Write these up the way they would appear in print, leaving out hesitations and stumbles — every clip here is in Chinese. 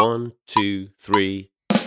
One, two, three。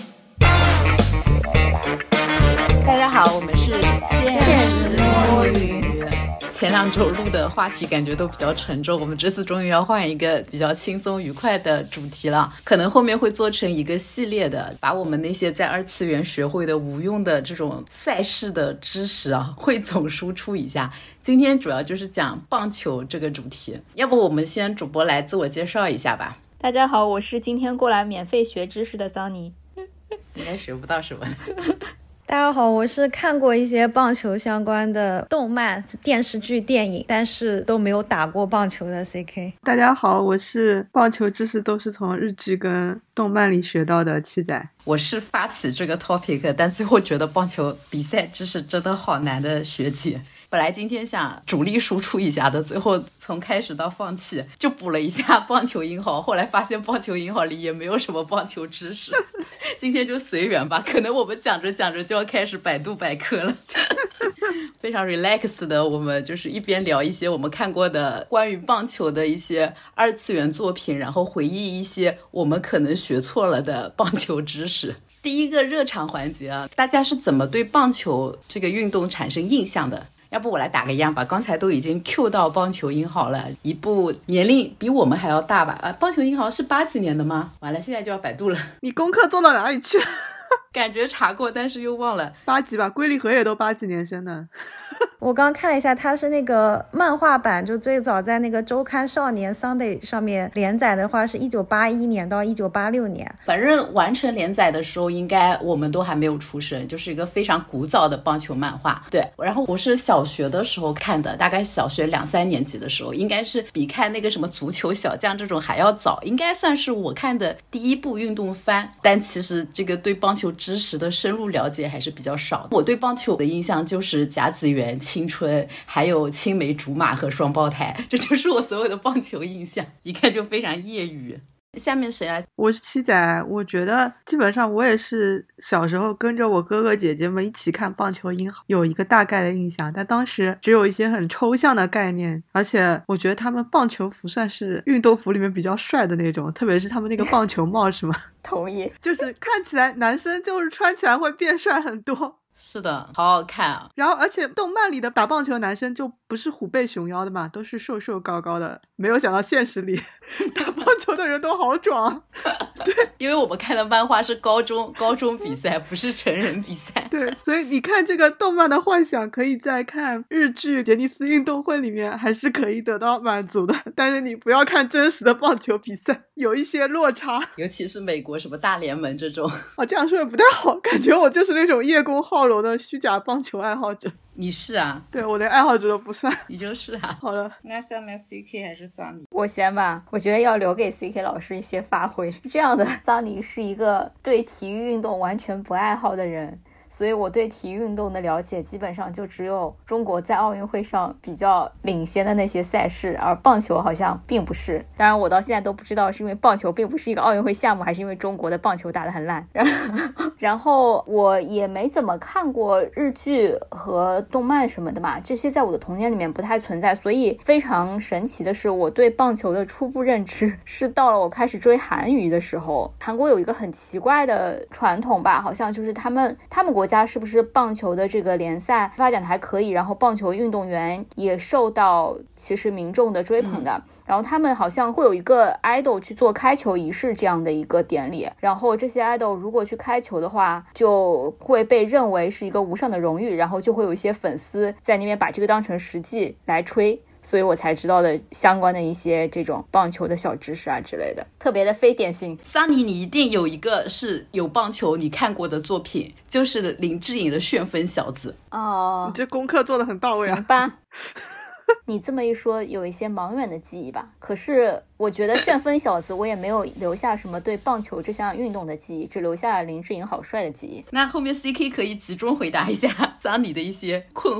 大家好，我们是现实摸鱼。前2周录的话题感觉都比较沉重，我们这次终于要换一个比较轻松愉快的主题了，可能后面会做成一个系列的，把我们那些在2次元学会的无用的这种赛事的知识啊，汇总输出一下。今天主要就是讲棒球这个主题，要不我们先主播来自我介绍一下吧。 大家好，我是今天过来免费学知识的桑尼。 应该学不到什么。 大家好，我是看过一些棒球相关的动漫、电视剧、电影，但是都没有打过棒球的 CK。 大家好，我是棒球知识都是从日剧跟动漫里学到的七仔。 我是发起这个 topic， 但最后觉得棒球比赛知识真的好难的学姐。本来今天想主力输出一下的，最后从开始到放弃就补了一下棒球英豪，后来发现棒球英豪里也没有什么棒球知识。今天就随缘吧，可能我们讲着讲着就要开始百度百科了。非常 relax 的，我们就是一边聊一些我们看过的关于棒球的一些2次元作品，然后回忆一些我们可能学错了的棒球知识。第一个热场环节啊，大家是怎么对棒球这个运动产生印象的？要不我来打个样吧，刚才都已经 Q 到棒球英豪了，一部年龄比我们还要大吧。棒球英豪是80几年的吗？完了，现在就要百度了。 你功课做到哪里去了？ 感觉查过，但是又忘了。 8几吧，龟梨和也都80几年生的。 我刚看了一下，它是那个漫画版，就最早在那个周刊少年 Sunday 上面连载的话是1981年到1986年。 反正完成连载的时候应该我们都还没有出生，就是一个非常古早的棒球漫画。对，然后我是小学的时候看的，大概小学2、3年级的时候，应该是比看那个什么足球小将这种还要早，应该算是我看的第一部运动番。但其实这个对棒球知识的深入了解还是比较少。我对棒球的印象就是甲子园、青春，还有青梅竹马和双胞胎，这就是我所有的棒球印象，一看就非常业余。下面谁来？ 我是七仔。我觉得基本上我也是小时候跟着我哥哥姐姐们一起看棒球英豪，有一个大概的印象，但当时只有一些很抽象的概念，而且我觉得他们棒球服算是运动服里面比较帅的那种，特别是他们那个棒球帽是吗？ 同意， 就是看起来男生就是穿起来会变帅很多。 是的，好好看啊。 然后而且动漫里的打棒球的男生就不是虎背熊腰的嘛，都是瘦瘦高高的，没有想到现实里打棒球的人都好壮。对， 因为我们看的漫画是高中比赛，不是成人比赛。 对，所以你看这个动漫的幻想可以在看日剧杰尼斯运动会里面还是可以得到满足的，但是你不要看真实的棒球比赛，有一些落差， 尤其是美国什么大联盟这种。 这样说也不太好，感觉我就是那种叶公好龙的虚假棒球爱好者。 你是啊？ 对，我连爱好者都不算。 你就是啊。 好了， 那下面 CK 还是桑尼？ 我先吧。我觉得要留给 CK 老师一些发挥。这样的，桑尼是一个对体育运动完全不爱好的人，所以我对体育运动的了解基本上就只有中国在奥运会上比较领先的那些赛事，而棒球好像并不是。当然我到现在都不知道是因为棒球并不是一个奥运会项目，还是因为中国的棒球打得很烂。然后我也没怎么看过日剧和动漫什么的嘛，这些在我的童年里面不太存在，所以非常神奇的是，我对棒球的初步认知是到了我开始追韩语的时候。韩国有一个很奇怪的传统吧，好像就是他们国家是不是棒球的这个联赛发展的还可以，然后棒球运动员也受到其实民众的追捧的。然后他们好像会有一个 idol 去做开球仪式这样的一个典礼，然后这些 idol 如果去开球的话就会被认为是一个无上的荣誉，然后就会有一些粉丝在那边把这个当成实际来吹，所以我才知道的相关的一些这种棒球的小知识啊之类的，特别的非典型。 桑尼，你一定有一个是有棒球你看过的作品，就是林志颖的《旋风小子》。 你这功课做得很到位啊。 行吧。你这么一说，有一些茫远的记忆吧。可是我觉得旋风小子我也没有留下什么对棒球这项运动的记忆，只留下了林志颖好帅的记忆。 那后面 CK 可以集中回答一下桑尼的一些困惑。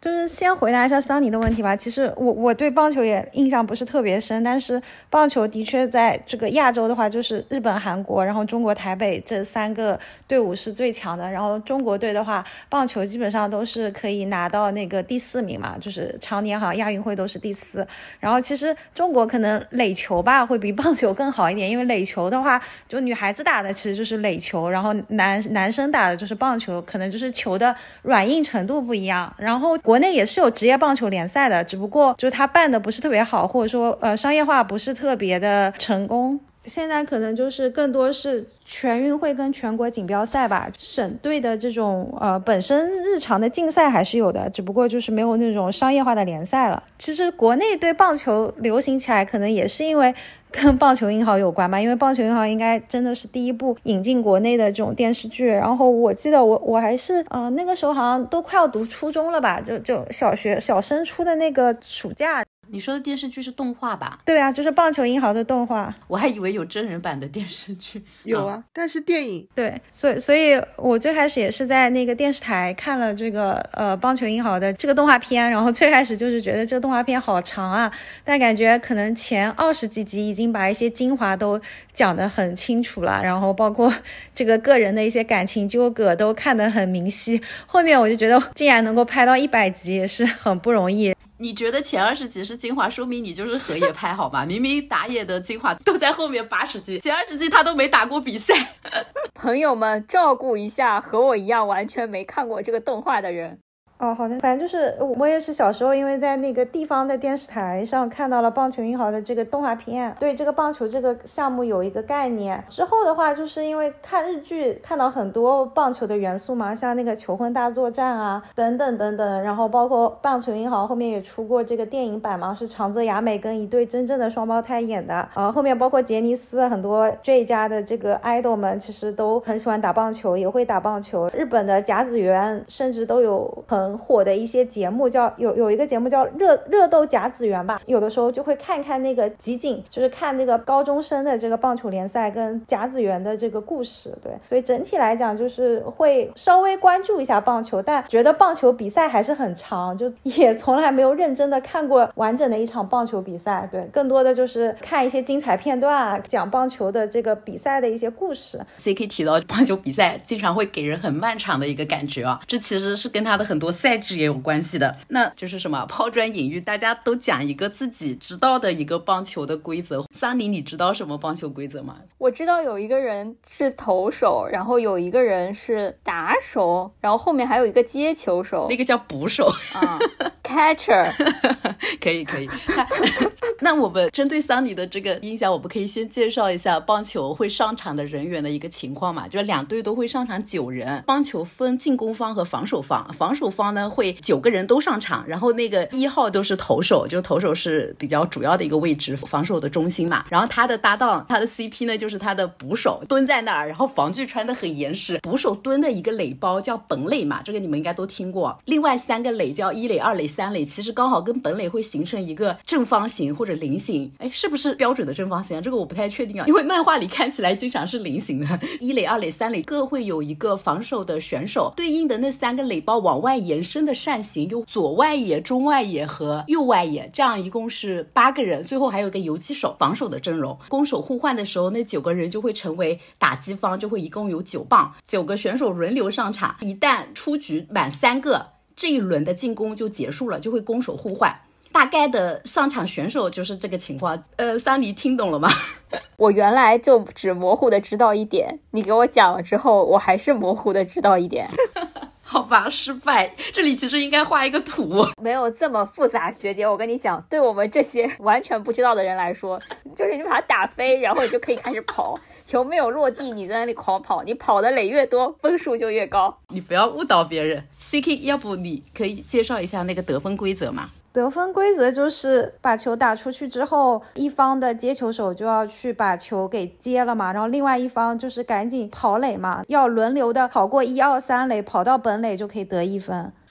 就是先回答一下桑尼的问题吧。其实我对棒球也印象不是特别深，但是棒球的确在这个亚洲的话，就是日本、韩国，然后中国台北这3个队伍是最强的。然后中国队的话，棒球基本上都是可以拿到那个第4名嘛，就是常年好像亚运会都是第4。然后其实中国可能垒球吧会比棒球更好一点，因为垒球的话，就女孩子打的其实就是垒球，然后男生打的就是棒球，可能就是球的软硬程度不一样。然后国内也是有职业棒球联赛的，只不过就是他办的不是特别好，或者说商业化不是特别的成功。现在可能就是更多是全运会跟全国锦标赛吧，省队的这种本身日常的竞赛还是有的，只不过就是没有那种商业化的联赛了。其实国内对棒球流行起来可能也是因为跟棒球英豪有关吧，因为棒球英豪应该真的是第一部引进国内的这种电视剧。然后我记得我还是那个时候好像都快要读初中了吧，就小升初的那个暑假。 你说的电视剧是动画吧？ 对啊，就是棒球英豪的动画。 我还以为有真人版的电视剧。 有啊，但是电影。 对，所以我最开始也是在那个电视台看了这个棒球英豪的这个动画片，然后最开始就是觉得这个动画片好长啊，但感觉可能前20几集已经把一些精华都讲得很清楚了，然后包括这个个人的一些感情纠葛都看得很明晰。后面我就觉得竟然能够拍到100集也是很不容易。 你觉得前20集是精华，说明你就是河野拍好吗？明明打野的精华都在后面80集，前20集他都没打过比赛。 朋友们照顾一下和我一样完全没看过这个动画的人。 哦，好的，反正就是我也是小时候因为在那个地方的电视台上看到了棒球英豪的这个动画片，对这个棒球这个项目有一个概念。之后的话就是因为看日剧看到很多棒球的元素嘛，像那个求婚大作战啊等等等等，然后包括棒球英豪后面也出过这个电影版嘛，是长泽雅美跟一对真正的双胞胎演的。后面包括杰尼斯很多 J 家的这个 idol 们其实都很喜欢打棒球，也会打棒球。日本的甲子园甚至都有很火的一些节目，有一个节目叫热斗甲子园吧，有的时候就会看那个集锦，就是看这个高中生的这个棒球联赛跟甲子园的这个故事。对，所以整体来讲就是会稍微关注一下棒球，但觉得棒球比赛还是很长，就也从来没有认真的看过完整的一场棒球比赛。对，更多的就是看一些精彩片段啊，讲棒球的这个比赛的一些故事。 CK 提到棒球比赛经常会给人很漫长的一个感觉啊，这其实是跟他的很多赛制也有关系的。那就是什么抛砖引玉，大家都讲一个自己知道的一个棒球的规则。桑尼，你知道什么棒球规则吗？ 我知道有一个人是投手，然后有一个人是打手，然后后面还有一个接球手， 那个叫捕手啊，catcher 可以那我们针对桑尼的这个印象，我们可以先介绍一下棒球会上场的人员的一个情况嘛，就是2队都会上场9人。棒球分进攻方和防守方，防守方呢会9个人都上场，然后那个1号都是投手，就投手是比较主要的一个位置，防守的中心嘛。然后他的搭档，他的 CP 呢就是他的捕手，蹲在那儿，然后防具穿得很严实。捕手蹲的一个垒包叫本垒嘛，这个你们应该都听过。另外3个垒叫1垒、2垒、3垒，其实刚好跟本垒会形成一个正方形或者菱形。是不是标准的正方形啊？这个我不太确定啊，因为漫画里看起来经常是菱形的。1垒、2垒、3垒各会有一个防守的选手，对应的那3个垒包往外延伸的扇形有左外野、中外野和右外野，这样一共是8个人，最后还有一个游击手。防守的阵容攻守互换的时候，那9个人就会成为打击方，就会一共有9棒，9个选手轮流上场，一旦出局满3个，这一轮的进攻就结束了，就会攻守互换。大概的上场选手就是这个情况。桑尼听懂了吗？ 我原来就只模糊的知道一点，你给我讲了之后，我还是模糊的知道一点。 好吧，失败。这里其实应该画一个图， 没有这么复杂，学姐，我跟你讲，对我们这些完全不知道的人来说，就是你把它打飞，然后你就可以开始跑，球没有落地，你在那里狂跑，你跑的垒越多，分数就越高。 你不要误导别人。CK， 要不你可以介绍一下那个得分规则吗？ 得分规则就是把球打出去之后，一方的接球手就要去把球给接了嘛，然后另外一方就是赶紧跑垒嘛，要轮流的跑过1、2、3垒，跑到本垒就可以得1分。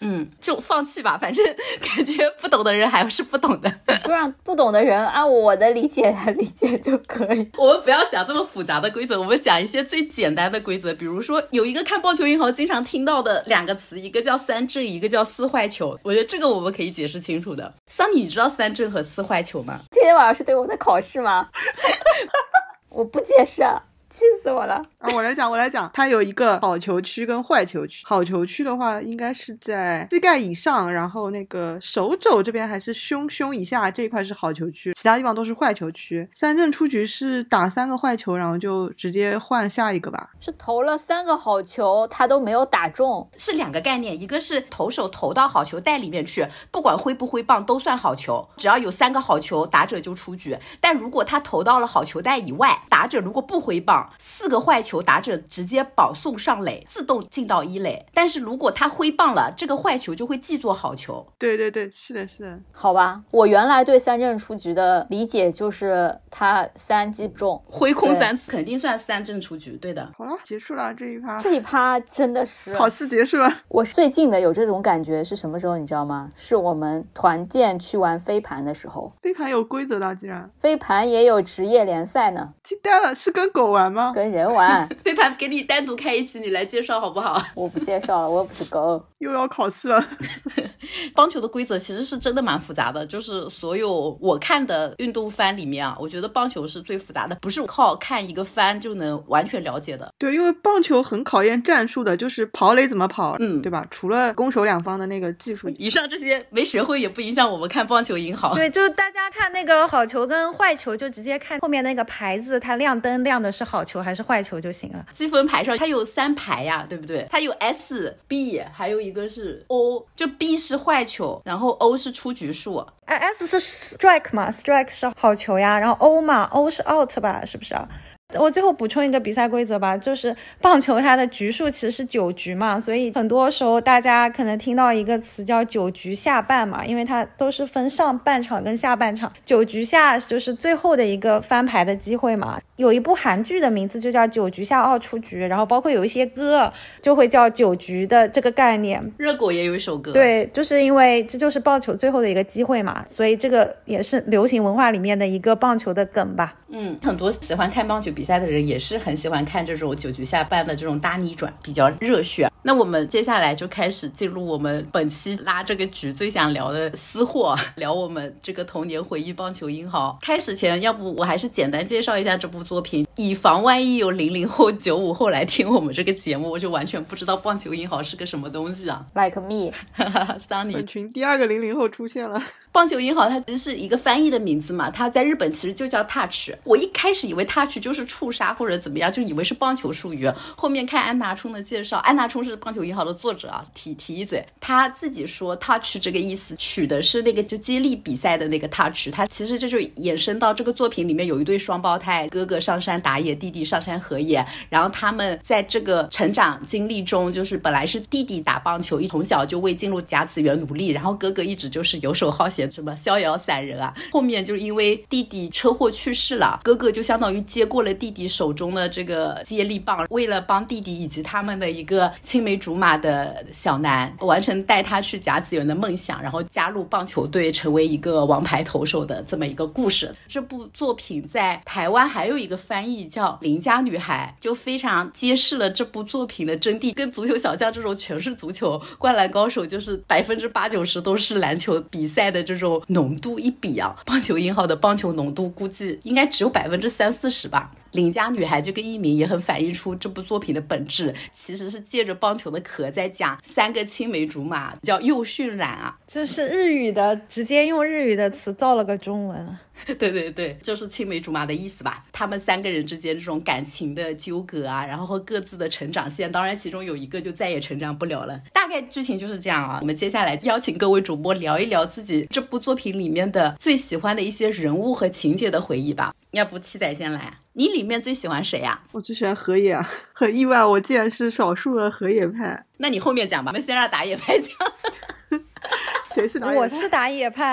就放弃吧，反正感觉不懂的人还是不懂的， 就让不懂的人按我的理解来理解就可以。 我们不要讲这么复杂的规则，我们讲一些最简单的规则。比如说有一个看棒球银行经常听到的两个词，一个叫三振，一个叫四坏球，我觉得这个我们可以解释清楚的。桑尼，你知道三振和四坏球吗？ 今天晚上是对我的考试吗？我不解释，气死我了。 我来讲，它有一个好球区跟坏球区。好球区的话应该是在膝盖以上，然后那个手肘这边还是胸以下这一块是好球区，其他地方都是坏球区。三振出局是打3个坏球，然后就直接换下一个吧。 是投了3个好球他都没有打中， 是2个概念，一个是投手投到好球带里面去，不管挥不挥棒都算好球，只要有3个好球打者就出局。但如果他投到了好球带以外，打者如果不挥棒，4个坏球打者直接保送上垒，自动进到1垒。但是如果他挥棒了，这个坏球就会记作好球。 对，是的。 好吧，我原来对三振出局的理解就是他3击不中， 挥空3次肯定算三振出局。对的。 好了，结束了这一趴。 这一趴真的是考试结束了。 我最近的有这种感觉是什么时候你知道吗？是我们团建去玩飞盘的时候。 飞盘有规则的，竟然飞盘也有职业联赛呢。 惊呆了，是跟狗玩吗？ 跟人玩。 飞盘给你单独开一期，你来介绍好不好？ 我不介绍了，我又不是狗。 又要考试了。 棒球的规则其实是真的蛮复杂的，就是所有我看的运动番里面啊，我觉得棒球是最复杂的，不是靠看一个番就能完全了解的。 对，因为棒球很考验战术的，就是跑垒怎么跑，对吧？除了攻守两方的那个技术， 以上这些没学会也不影响我们看棒球赢好。 对，就是大家看那个好球跟坏球，就直接看后面那个牌子，它亮灯亮的是好球还是坏球就行了。 积分牌上它有3排呀，对不对？它有 S、B， 还有一个是 O， 就 B 是坏球，然后 O 是出局数。 S 是 strike 嘛 ，strike 是好球呀，然后 O 嘛 ，O 是 out 吧，是不是啊？我最后补充一个比赛规则吧，就是棒球它的局数其实是9局嘛，所以很多时候大家可能听到一个词叫9局下半嘛，因为它都是分上半场跟下半场，9局下就是最后的一个翻牌的机会嘛。有一部韩剧的名字就叫9局下2出局，然后包括有一些歌就会叫9局的这个概念。 热狗也有一首歌。 对，就是因为这就是棒球最后的一个机会嘛，所以这个也是流行文化里面的一个棒球的梗吧。 很多喜欢看棒球比赛的人也是很喜欢看这种9局下半的这种大逆转，比较热血。那我们接下来就开始进入我们本期拉这个局最想聊的私货，聊我们这个童年回忆棒球英豪。开始前要不我还是简单介绍一下这部作品，以防万一有00后95后来听我们这个节目，我就完全不知道棒球英豪是个什么东西啊。 Like me。 Sunny 本群第2个00后出现了。 棒球英豪它其实是一个翻译的名字嘛，它在日本其实就叫 touch。 我一开始以为 touch 就是触杀或者怎么样，就以为是棒球术语。后面看安达充的介绍，安达充是棒球英豪的作者啊，提一嘴，他自己说 touch 这个意思取的是那个就接力比赛的那个 touch， 他其实这就衍生到这个作品里面有一对双胞胎，哥哥上山打野，弟弟上山河野，然后他们在这个成长经历中，就是本来是弟弟打棒球，从小就为进入甲子园努力，然后哥哥一直就是游手好闲，什么逍遥散人啊，后面就因为弟弟车祸去世了，哥哥就相当于接过了弟弟手中的这个接力棒，为了帮弟弟以及他们的一个青梅竹马的小南完成带他去甲子园的梦想，然后加入棒球队成为一个王牌投手的这么一个故事。这部作品在台湾还有一个翻译叫邻家女孩，就非常揭示了这部作品的真谛，跟足球小将这种全是足球灌篮高手就是80%-90%都是篮球比赛的这种浓度一比啊，棒球英豪的棒球浓度估计应该只有30-40%吧。邻家女孩这个译名也很反映出这部作品的本质，其实是借着棒球的壳在讲3个青梅竹马，叫幼训染啊， 就是日语的，直接用日语的词造了个中文。 对，就是青梅竹马的意思吧。他们3个人之间这种感情的纠葛啊，然后各自的成长线，当然其中有一个就再也成长不了了。大概剧情就是这样啊。我们接下来邀请各位主播聊一聊自己这部作品里面的最喜欢的一些人物和情节的回忆吧。要不七仔先来，你里面最喜欢谁啊？ 我最喜欢河野啊，很意外我竟然是少数的河野派。 那你后面讲吧，我们先让打野派讲。 谁是打野派？ 我是打野派啊。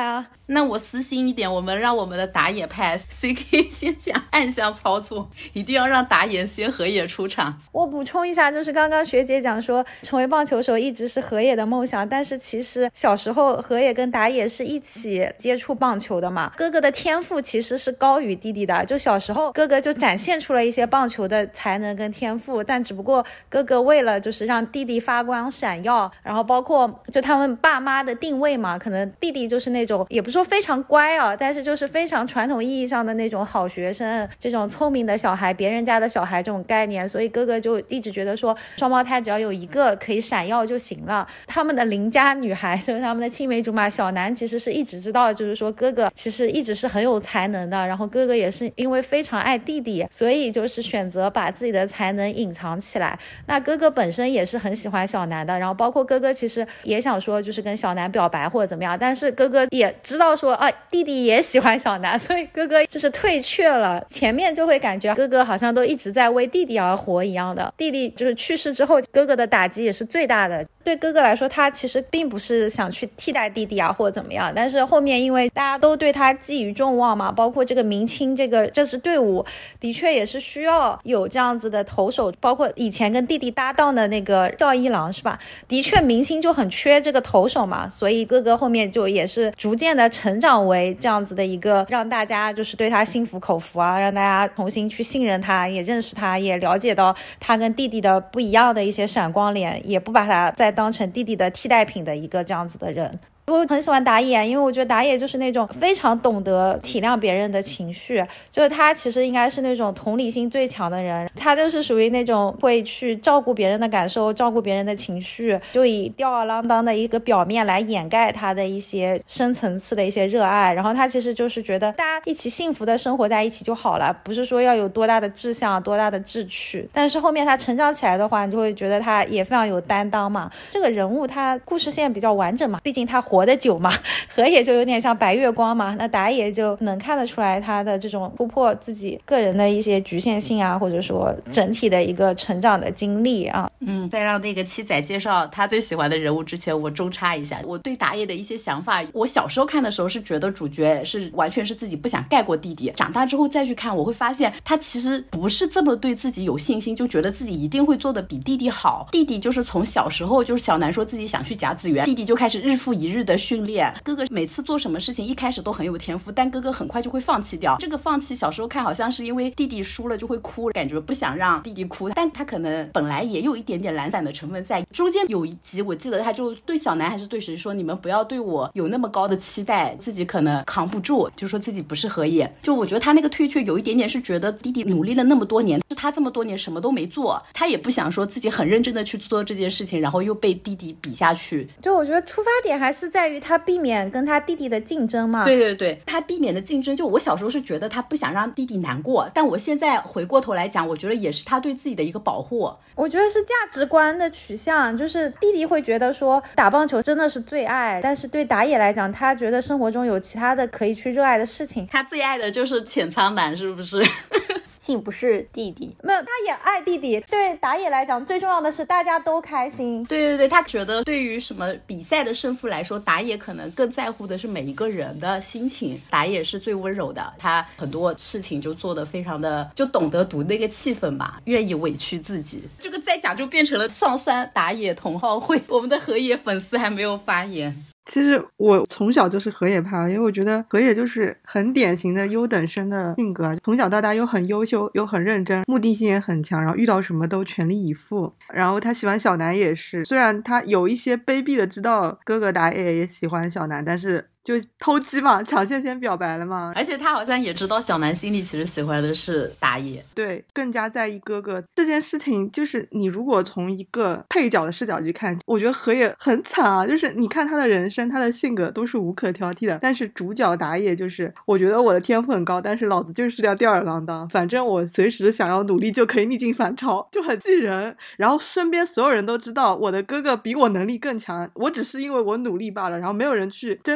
那我私心一点，我们让我们的打野派 CK 先讲暗箱操作，一定要让打野先河野出场。 我补充一下，就是刚刚学姐讲说成为棒球手一直是河野的梦想，但是其实小时候河野跟打野是一起接触棒球的嘛，哥哥的天赋其实是高于弟弟的，就小时候哥哥就展现出了一些棒球的才能跟天赋，但只不过哥哥为了就是让弟弟发光闪耀，然后包括就他们爸妈的定位嘛，可能弟弟就是那种也不是说非常乖啊，但是就是非常传统意义上的那种好学生，这种聪明的小孩，别人家的小孩这种概念，所以哥哥就一直觉得说双胞胎只要有一个可以闪耀就行了。他们的邻家女孩就是他们的青梅竹马小南，其实是一直知道就是说哥哥其实一直是很有才能的，然后哥哥也是因为非常爱弟弟，所以就是选择把自己的才能隐藏起来。那哥哥本身也是很喜欢小南的，然后包括哥哥其实也想说就是跟小南表白或者怎么样，但是哥哥也知道说弟弟也喜欢小南，所以哥哥就是退却了。前面就会感觉哥哥好像都一直在为弟弟而活一样的，弟弟就是去世之后，哥哥的打击也是最大的。对哥哥来说，他其实并不是想去替代弟弟啊或者怎么样，但是后面因为大家都对他寄予众望嘛，包括这个明青这支队伍的确也是需要有这样子的投手，包括以前跟弟弟搭档的那个赵一郎是吧，的确明青就很缺这个投手嘛，所以哥哥后面就也是逐渐的成长为这样子的一个让大家就是对他心服口服啊，让大家重新去信任他，也认识他，也了解到他跟弟弟的不一样的一些闪光脸，也不把他再当成弟弟的替代品的一个这样子的人。我很喜欢打野，因为我觉得打野就是那种非常懂得体谅别人的情绪，就是他其实应该是那种同理心最强的人，他就是属于那种会去照顾别人的感受，照顾别人的情绪，就以吊儿郎当的一个表面来掩盖他的一些深层次的一些热爱，然后他其实就是觉得大家一起幸福的生活在一起就好了，不是说要有多大的志向多大的志趣。但是后面他成长起来的话，你就会觉得他也非常有担当嘛，这个人物他故事线比较完整嘛，毕竟他活得久嘛，河野就有点像白月光嘛，那打野就能看得出来他的这种突破自己个人的一些局限性啊，或者说整体的一个成长的经历啊。 在让那个七仔介绍他最喜欢的人物之前，我中插一下我对打野的一些想法。我小时候看的时候是觉得主角是完全是自己不想盖过弟弟，长大之后再去看，我会发现他其实不是这么对自己有信心，就觉得自己一定会做得比弟弟好。弟弟就是从小时候，就是小南说自己想去甲子园，弟弟就开始日复一日的训练，哥哥每次做什么事情一开始都很有天赋，但哥哥很快就会放弃掉。这个放弃小时候看好像是因为弟弟输了就会哭，感觉不想让弟弟哭，但他可能本来也有一点点懒散的成分在。中间有一集我记得他就对小南还是对谁说，你们不要对我有那么高的期待，自己可能扛不住，就说自己不是河野。就我觉得他那个退却有一点点是觉得弟弟努力了那么多年，是他这么多年什么都没做，他也不想说自己很认真的去做这件事情，然后又被弟弟比下去。 就我觉得出发点还是在于他避免跟他弟弟的竞争嘛。 对对对，他避免的竞争，就我小时候是觉得他不想让弟弟难过，但我现在回过头来讲，我觉得也是他对自己的一个保护。 我觉得是价值观的取向，就是弟弟会觉得说打棒球真的是最爱，但是对打野来讲，他觉得生活中有其他的可以去热爱的事情。 他最爱的就是浅仓男，是不是？ 竟不是弟弟， 没有，他也爱弟弟。对打野来讲，最重要的是大家都开心。 对对对，他觉得对于什么比赛的胜负来说，打野可能更在乎的是每一个人的心情。打野是最温柔的，他很多事情就做得非常的，就懂得读那个气氛吧，愿意委屈自己。这个再讲就变成了上山打野同好会，我们的河野粉丝还没有发言。 其实我从小就是河野派，因为我觉得河野就是很典型的优等生的性格，从小到大又很优秀又很认真，目的性也很强，然后遇到什么都全力以赴。然后他喜欢小南也是，虽然他有一些卑鄙的知道哥哥打野也喜欢小南，但是就偷鸡嘛，抢先表白了嘛。 而且他好像也知道小南心里其实喜欢的是打野， 对，更加在意哥哥这件事情。就是你如果从一个配角的视角去看，我觉得河野很惨啊，就是你看他的人生他的性格都是无可挑剔的，但是主角打野就是我觉得我的天赋很高，但是老子就是要吊儿郎当，反正我随时想要努力就可以逆境反超，就很气人。然后身边所有人都知道我的哥哥比我能力更强，我只是因为我努力罢了，然后没有人去真的在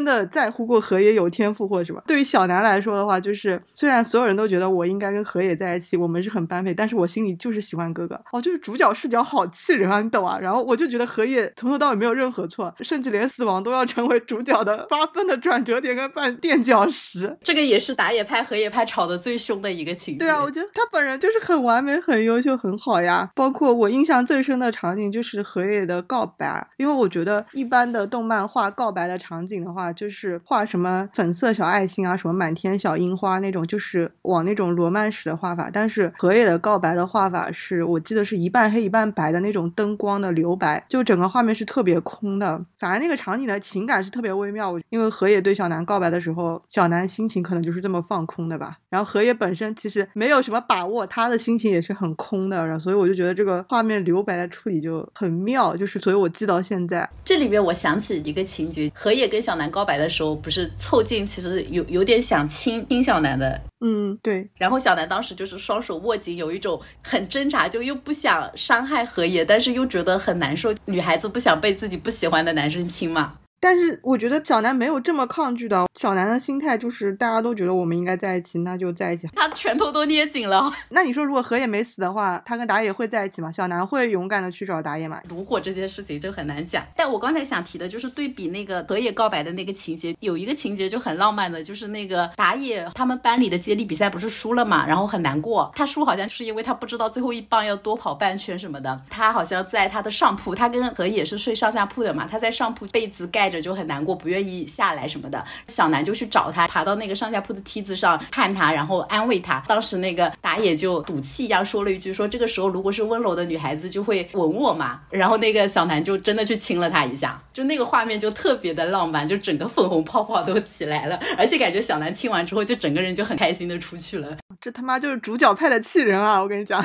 在乎过河野有天赋或者什么。对于小南来说的话，就是虽然所有人都觉得我应该跟河野在一起，我们是很般配，但是我心里就是喜欢哥哥。就是主角视角好气人啊，你懂啊？然后我就觉得河野从头到尾没有任何错，甚至连死亡都要成为主角的发分的转折点跟绊垫脚石。 这个也是打野派河野派吵得最凶的一个情节。 对啊，我觉得他本人就是很完美很优秀很好呀。包括我印象最深的场景就是河野的告白，因为我觉得一般的动漫画告白的场景的话，就是画什么粉色小爱心啊，什么满天小樱花那种，就是往那种罗曼史的画法。但是河野的告白的画法是我记得是一半黑一半白的那种灯光的留白，就整个画面是特别空的，反而那个场景的情感是特别微妙。因为河野对小南告白的时候，小南心情可能就是这么放空的吧，然后河野本身其实没有什么把握，他的心情也是很空的，然后所以我就觉得这个画面留白的处理就很妙，就是所以我记到现在。 这里面我想起一个情节，河野跟小南告白的时候不是凑近其实有点想亲小南的， 对。 然后小南当时就是双手握紧，有一种很挣扎，就又不想伤害河野，但是又觉得很难受，女孩子不想被自己不喜欢的男生亲嘛。 但是我觉得小南没有这么抗拒的，小南的心态就是大家都觉得我们应该在一起，那就在一起。 他拳头都捏紧了。 那你说如果河野没死的话，他跟打野会在一起吗？小南会勇敢的去找打野吗？ 如果这件事情就很难讲。但我刚才想提的就是对比那个河野告白的那个情节，有一个情节就很浪漫的，就是那个打野他们班里的接力比赛不是输了嘛，然后很难过，他输好像是因为他不知道最后一棒要多跑半圈什么的，他好像在他的上铺，他跟河野是睡上下铺的嘛，他在上铺被子盖着就很难过，不愿意下来什么的，小南就去找他，爬到那个上下铺的梯子上看他，然后安慰他。当时那个打野就赌气一样说了一句，说这个时候如果是温柔的女孩子就会吻我嘛，然后那个小南就真的去亲了他一下，就那个画面就特别的浪漫，就整个粉红泡泡都起来了，而且感觉小南亲完之后就整个人就很开心的出去了。 这他妈就是主角派的气人啊，我跟你讲。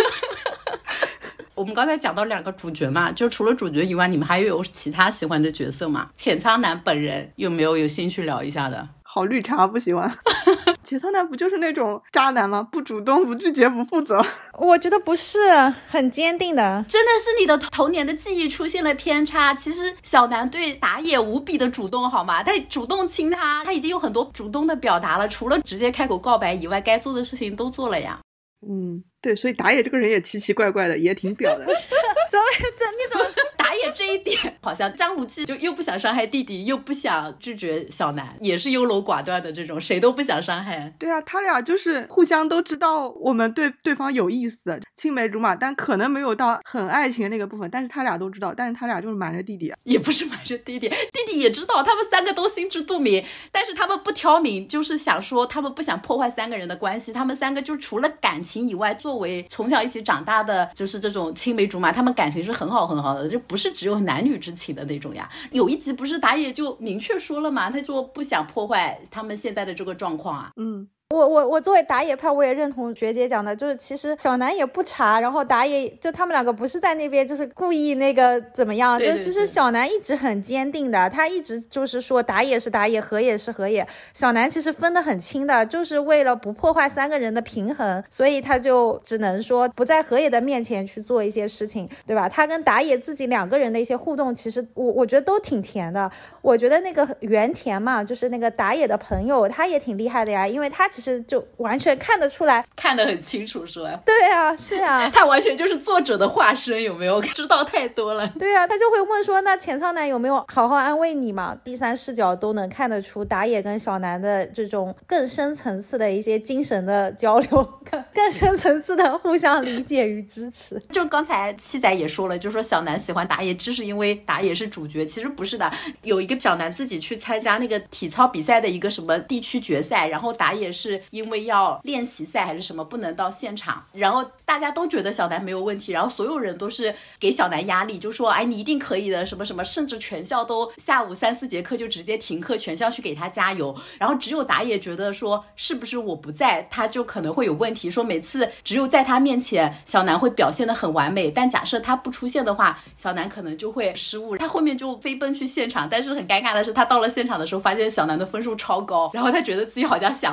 我们刚才讲到2个主角嘛，就除了主角以外，你们还有其他喜欢的角色吗？浅仓男本人有没有兴趣聊一下的？ 好绿茶，不喜欢。浅仓男不就是那种渣男吗？不主动不拒绝不负责。 我觉得不是，很坚定的。 真的是你的童年的记忆出现了偏差。其实小南对打野无比的主动好吗？他主动亲他，他已经有很多主动的表达了，除了直接开口告白以外，该做的事情都做了呀。 对，所以打野这个人也奇奇怪怪的，也挺表的。 你怎么打野这一点好像张无忌就又不想伤害弟弟，又不想拒绝小南，也是优柔寡断的这种，谁都不想伤害。 对啊，他俩就是互相都知道我们对对方有意思，青梅竹马，但可能没有到很爱情的那个部分，但是他俩都知道，但是他俩就是瞒着弟弟。 也不是瞒着弟弟，弟弟也知道，他们3个都心知肚明，但是他们不挑明，就是想说他们不想破坏3个人的关系，他们3个就除了感情以外，作为从小一起长大的就是这种青梅竹马，他们感情是很好很好的，就不是只有男女之情的那种呀。有一集不是打野就明确说了嘛，他就不想破坏他们现在的这个状况啊。 我作为打野派，我也认同学姐讲的，就是其实小南也不查，然后打野就他们2个不是在那边就是故意那个怎么样，就其实小南一直很坚定的，他一直就是说打野是打野，河野是河野，小南其实分得很清的，就是为了不破坏3个人的平衡，所以他就只能说不在河野的面前去做一些事情，对吧？他跟打野自己2个人的一些互动，其实我觉得都挺甜的。我觉得那个原田嘛，就是那个打野的朋友，他也挺厉害的呀，因为他其实就完全看得出来， 看得很清楚是吧？ 对啊，是啊， 他完全就是作者的化身，有没有？知道太多了。 对啊，他就会问说，那浅仓男有没有好好安慰你嘛？第3视角都能看得出打野跟小南的这种更深层次的一些精神的交流，更深层次的互相理解与支持。 就刚才七仔也说了，就说小南喜欢打野只是因为打野是主角，其实不是的。有一个小南自己去参加那个体操比赛的一个什么地区决赛，然后打野是因为要练习赛还是什么不能到现场，然后大家都觉得小南没有问题，然后所有人都是给小南压力，就说哎你一定可以的什么什么，甚至全校都下午3-4节课就直接停课，全校去给他加油。然后只有打野觉得说是不是我不在他就可能会有问题，说每次只有在他面前小南会表现得很完美，但假设他不出现的话小南可能就会失误。他后面就飞奔去现场，但是很尴尬的是他到了现场的时候发现小南的分数超高，然后他觉得自己好像想多了，自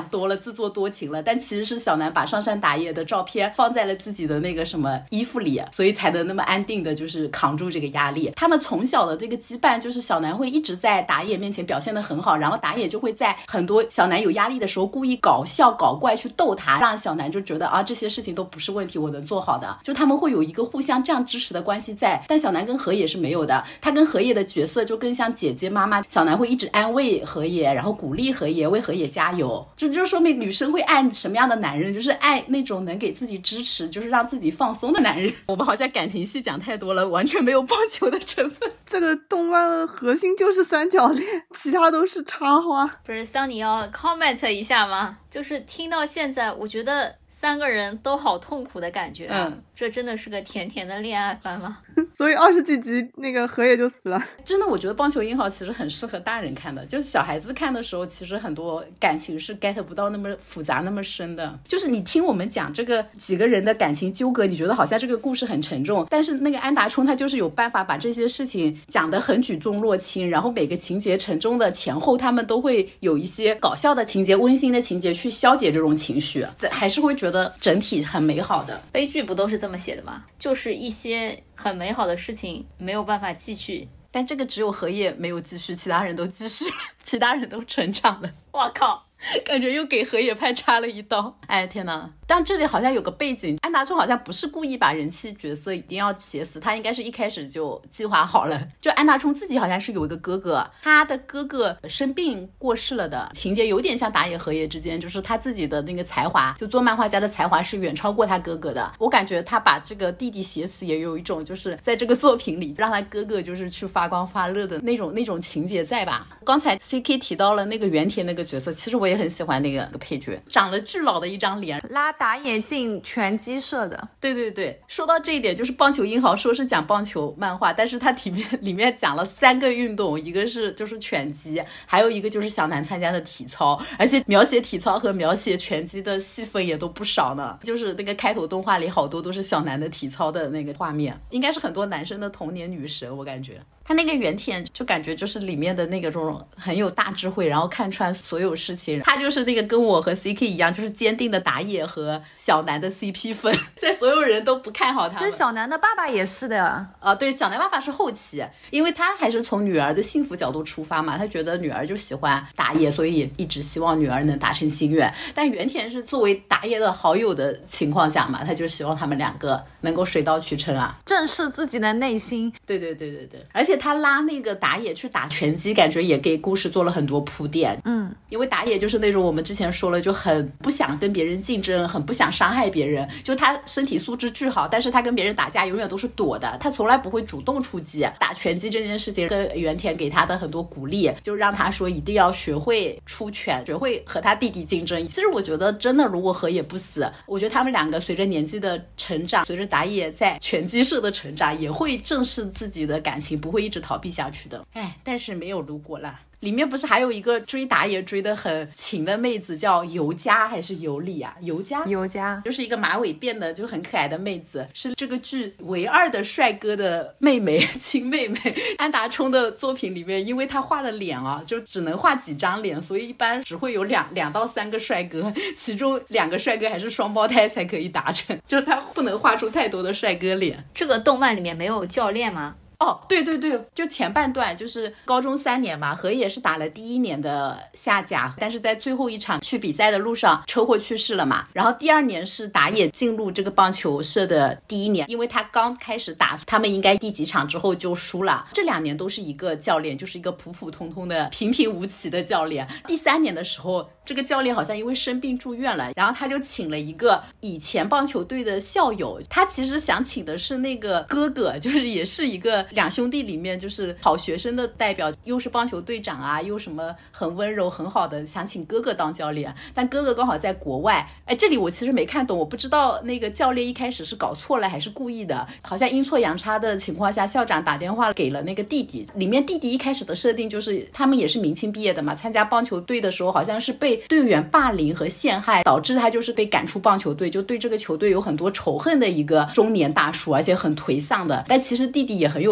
自作多情了，但其实是小南把上山打野的照片放在了自己的那个什么衣服里，所以才能那么安定的就是扛住这个压力。他们从小的这个羁绊就是小南会一直在打野面前表现得很好，然后打野就会在很多小南有压力的时候故意搞笑搞怪去逗他，让小南就觉得啊这些事情都不是问题，我能做好的，就他们会有一个互相这样支持的关系在。但小南跟河野是没有的，他跟河野的角色就更像姐姐妈妈，小南会一直安慰河野，然后鼓励河野，为河野加油，就说明女生会爱什么样的男人，就是爱那种能给自己支持，就是让自己放松的男人。我们好像感情戏讲太多了，完全没有棒球的成分。 这个动漫的核心就是三角恋，其他都是插花。 不是桑尼要 comment 一下吗？就是听到现在我觉得三个人都好痛苦的感觉这真的是个甜甜的恋爱番吗？ 所以20几集那个河野就死了。 真的我觉得棒球英豪其实很适合大人看的，就是小孩子看的时候其实很多感情是 get 不到那么复杂那么深的，就是你听我们讲这个几个人的感情纠葛，你觉得好像这个故事很沉重，但是那个安达充他就是有办法把这些事情讲得很举重若轻，然后每个情节沉重的前后他们都会有一些搞笑的情节温馨的情节去消解这种情绪，还是会觉得整体很美好的。 悲剧不都是这么写的吗？就是一些很美好的事情没有办法继续， 但这个只有河野没有继续，其他人都继续了，其他人都成长了。 哇靠， 感觉又给河野派插了一刀。哎天哪，但这里好像有个背景，安达充好像不是故意把人气角色一定要写死，他应该是一开始就计划好了。就安达充自己好像是有一个哥哥，他的哥哥生病过世了的情节有点像打野河野之间，就是他自己的那个才华，就做漫画家的才华是远超过他哥哥的。我感觉他把这个弟弟写死也有一种就是在这个作品里让他哥哥就是去发光发热的那种情节在吧。刚才 CK 提到了那个原田那个角色，其实我也很喜欢那个配角，长了巨老的一张脸， 拉打野进拳击社的。 对对对，说到这一点，就是棒球英豪说是讲棒球漫画，但是它里面讲了3个运动，一个是就是拳击，还有一个就是小南参加的体操，而且描写体操和描写拳击的戏份也都不少呢。就是那个开头动画里好多都是小南的体操的那个画面，应该是很多男生的童年女神，我感觉。他那个原田就感觉就是里面的那个种很有大智慧，然后看穿所有事情，他就是那个跟我和 CK 一样，就是坚定的打野和小南的 CP 粉，在所有人都不看好他。 其实小南的爸爸也是的对，小南爸爸是后期，因为他还是从女儿的幸福角度出发嘛，他觉得女儿就喜欢打野，所以一直希望女儿能达成心愿。但原田是作为打野的好友的情况下嘛，他就希望他们2个能够水到渠成啊， 正视自己的内心。 对对对对对，而且他拉那个打野去打拳击，感觉也给故事做了很多铺垫。因为打野就是那种我们之前说了，就很不想跟别人竞争，很不想伤害别人，就他身体素质巨好，但是他跟别人打架永远都是躲的，他从来不会主动出击。打拳击这件事情跟原田给他的很多鼓励，就让他说一定要学会出拳，学会和他弟弟竞争。其实我觉得真的如果河野不死，我觉得他们2个随着年纪的成长，随着打野在拳击社的成长，也会正视自己的感情，不会一直逃避下去的。但是没有如果啦。里面不是还有一个追打野追得很勤的妹子叫尤佳还是尤里啊？尤佳就是一个马尾辫的就很可爱的妹子，是这个剧唯2的帅哥的妹妹，亲妹妹。安达充的作品里面，因为他画的脸啊就只能画几张脸，所以一般只会有2到3个帅哥，其中2个帅哥还是双胞胎才可以达成，就是他不能画出太多的帅哥脸。 这个动漫里面没有教练吗？ 对对对，就前半段就是高中3年嘛，河野是打了第1年的下甲，但是在最后一场去比赛的路上车祸去世了嘛。然后第2年是打野进入这个棒球社的第1年，因为他刚开始打，他们应该第几场之后就输了。这2年都是一个教练，就是一个普普通通的平平无奇的教练。第3年的时候，这个教练好像因为生病住院了，然后他就请了一个以前棒球队的校友，他其实想请的是那个哥哥，就是也是一个2兄弟里面就是好学生的代表，又是棒球队长啊，又什么很温柔很好的，想请哥哥当教练，但哥哥刚好在国外。这里我其实没看懂，我不知道那个教练一开始是搞错了还是故意的，好像阴错阳差的情况下，校长打电话给了那个弟弟，里面弟弟一开始的设定就是他们也是明清毕业的嘛，参加棒球队的时候好像是被队员霸凌和陷害，导致他就是被赶出棒球队，就对这个球队有很多仇恨的一个中年大叔，而且很颓丧的。但其实弟弟也很有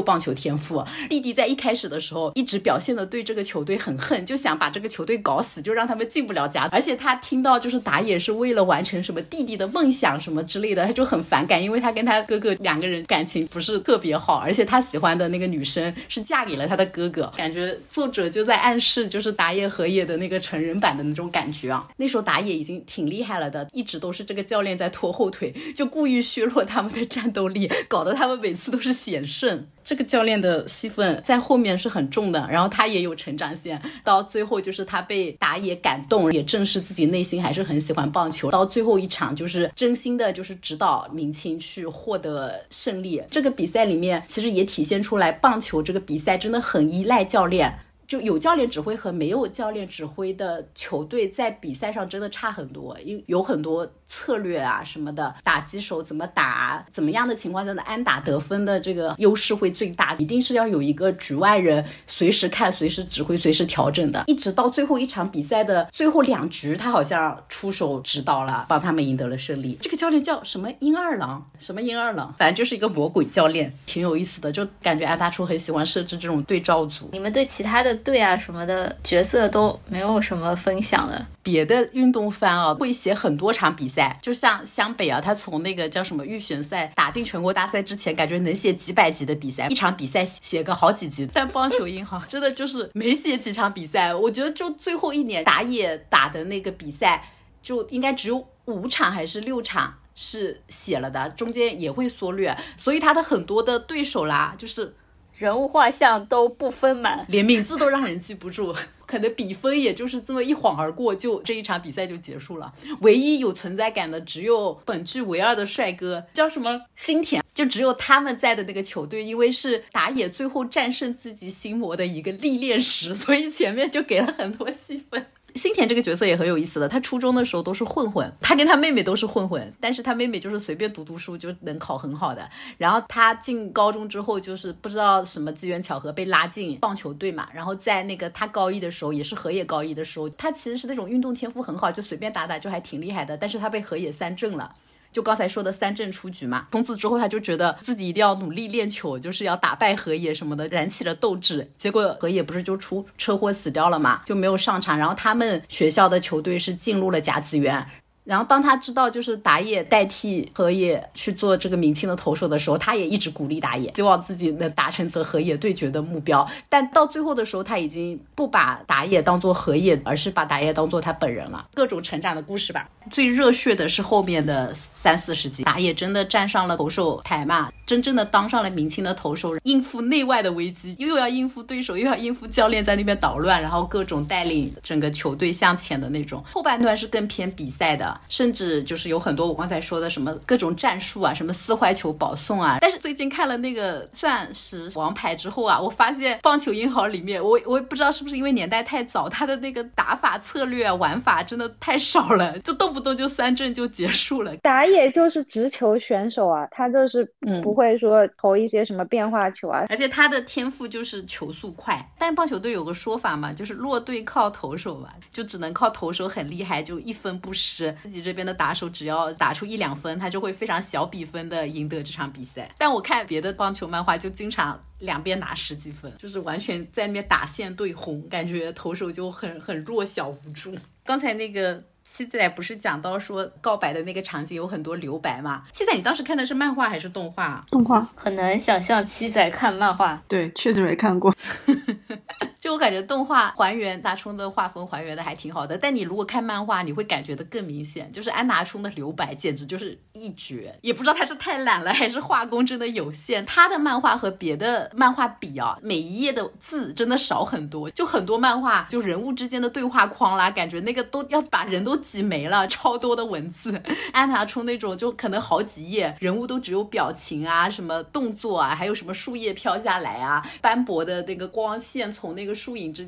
棒球天赋。弟弟在一开始的时候一直表现的对这个球队很恨，就想把这个球队搞死，就让他们进不了甲组。而且他听到就是打野是为了完成什么弟弟的梦想什么之类的，他就很反感，因为他跟他哥哥两个人感情不是特别好，而且他喜欢的那个女生是嫁给了他的哥哥，感觉作者就在暗示就是打野和野的那个成人版的那种感觉啊。那时候打野已经挺厉害了的，一直都是这个教练在拖后腿，就故意削弱他们的战斗力，搞得他们每次都是险胜。这个教练的戏份在后面是很重的，然后他也有成长线，到最后就是他被打野感动，也正视自己内心还是很喜欢棒球，到最后一场就是真心的就是指导明青去获得胜利。这个比赛里面其实也体现出来棒球这个比赛真的很依赖教练，就有教练指挥和没有教练指挥的球队在比赛上真的差很多，有很多策略啊什么的，打击手怎么打，怎么样的情况下的安打得分的这个优势会最大，一定是要有一个局外人随时看随时指挥随时调整的。一直到最后一场比赛的最后2局，他好像出手指导了，帮他们赢得了胜利。这个教练叫什么鹰二郎，反正就是一个魔鬼教练，挺有意思的，就感觉安达充很喜欢设置这种对照组。 你们对其他的队啊什么的角色都没有什么分享的？ 别的运动番啊会写很多场比赛，就像湘北啊，他从那个叫什么预选赛打进全国大赛之前，感觉能写几百集的比赛，一场比赛写个好几集。但棒球银行真的就是没写几场比赛，我觉得就最后一年打野打的那个比赛就应该只有5场还是6场是写了的，中间也会缩略，所以他的很多的对手啦就是人物画像都不丰满， 连名字都让人记不住，可能比分也就是这么一晃而过，就这一场比赛就结束了。唯一有存在感的只有本剧唯二的帅哥叫什么新田，就只有他们在的那个球队，因为是打野最后战胜自己心魔的一个历练时，所以前面就给了很多戏份。新田这个角色也很有意思的，他初中的时候都是混混，他跟他妹妹都是混混，但是他妹妹就是随便读书就能考很好的，然后他进高中之后就是不知道什么机缘巧合被拉进棒球队嘛，然后在那个他高一的时候也是河野高一的时候，他其实是那种运动天赋很好，就随便打打就还挺厉害的，但是他被河野3振了，就刚才说的3振出局嘛，从此之后他就觉得自己一定要努力练球，就是要打败河野什么的，燃起了斗志。结果河野不是就出车祸死掉了嘛，就没有上场，然后他们学校的球队是进入了甲子园。然后当他知道就是打野代替河野去做这个明青的投手的时候，他也一直鼓励打野，希望自己能达成和河野对决的目标。但到最后的时候，他已经不把打野当做河野，而是把打野当做他本人了。各种成长的故事吧。最热血的是后面的30-40集，打野真的站上了投手台嘛，真正的当上了明青的投手，应付内外的危机，又要应付对手，又要应付教练在那边捣乱，然后各种带领整个球队向前的那种。后半段是更偏比赛的，甚至就是有很多我刚才说的什么各种战术啊，什么四坏球保送啊。但是最近看了那个算是王牌之后啊，我发现棒球英豪里面我也不知道是不是因为年代太早，他的那个打法策略啊玩法真的太少了，就动不动就3振就结束了。 打野就是直球选手啊，他就是不会说投一些什么变化球啊， 而且他的天赋就是球速快。但棒球队有个说法嘛，就是落队靠投手吧，就只能靠投手很厉害，就1分不失，自己这边的打手只要打出1-2分，他就会非常小比分的赢得这场比赛。但我看别的棒球漫画就经常两边拿10几分，就是完全在那边打线对轰，感觉投手就很弱小无助。刚才那个七仔不是讲到说告白的那个场景有很多留白嘛？七仔你当时看的是漫画还是动画？ 动画。 很难想象七仔看漫画。 对，确实没看过。 就我感觉动画还原大冲的画风还原的还挺好的，但你如果看漫画你会感觉的更明显，就是安达充的留白简直就是一绝，也不知道他是太懒了还是画工真的有限。他的漫画和别的漫画比啊，每一页的字真的少很多，就很多漫画就人物之间的对话框啦，感觉那个都要把人都挤没了，超多的文字。安达充那种就可能好几页人物都只有表情啊，什么动作啊，还有什么树叶飘下来啊，斑驳的那个光线从那个树影之间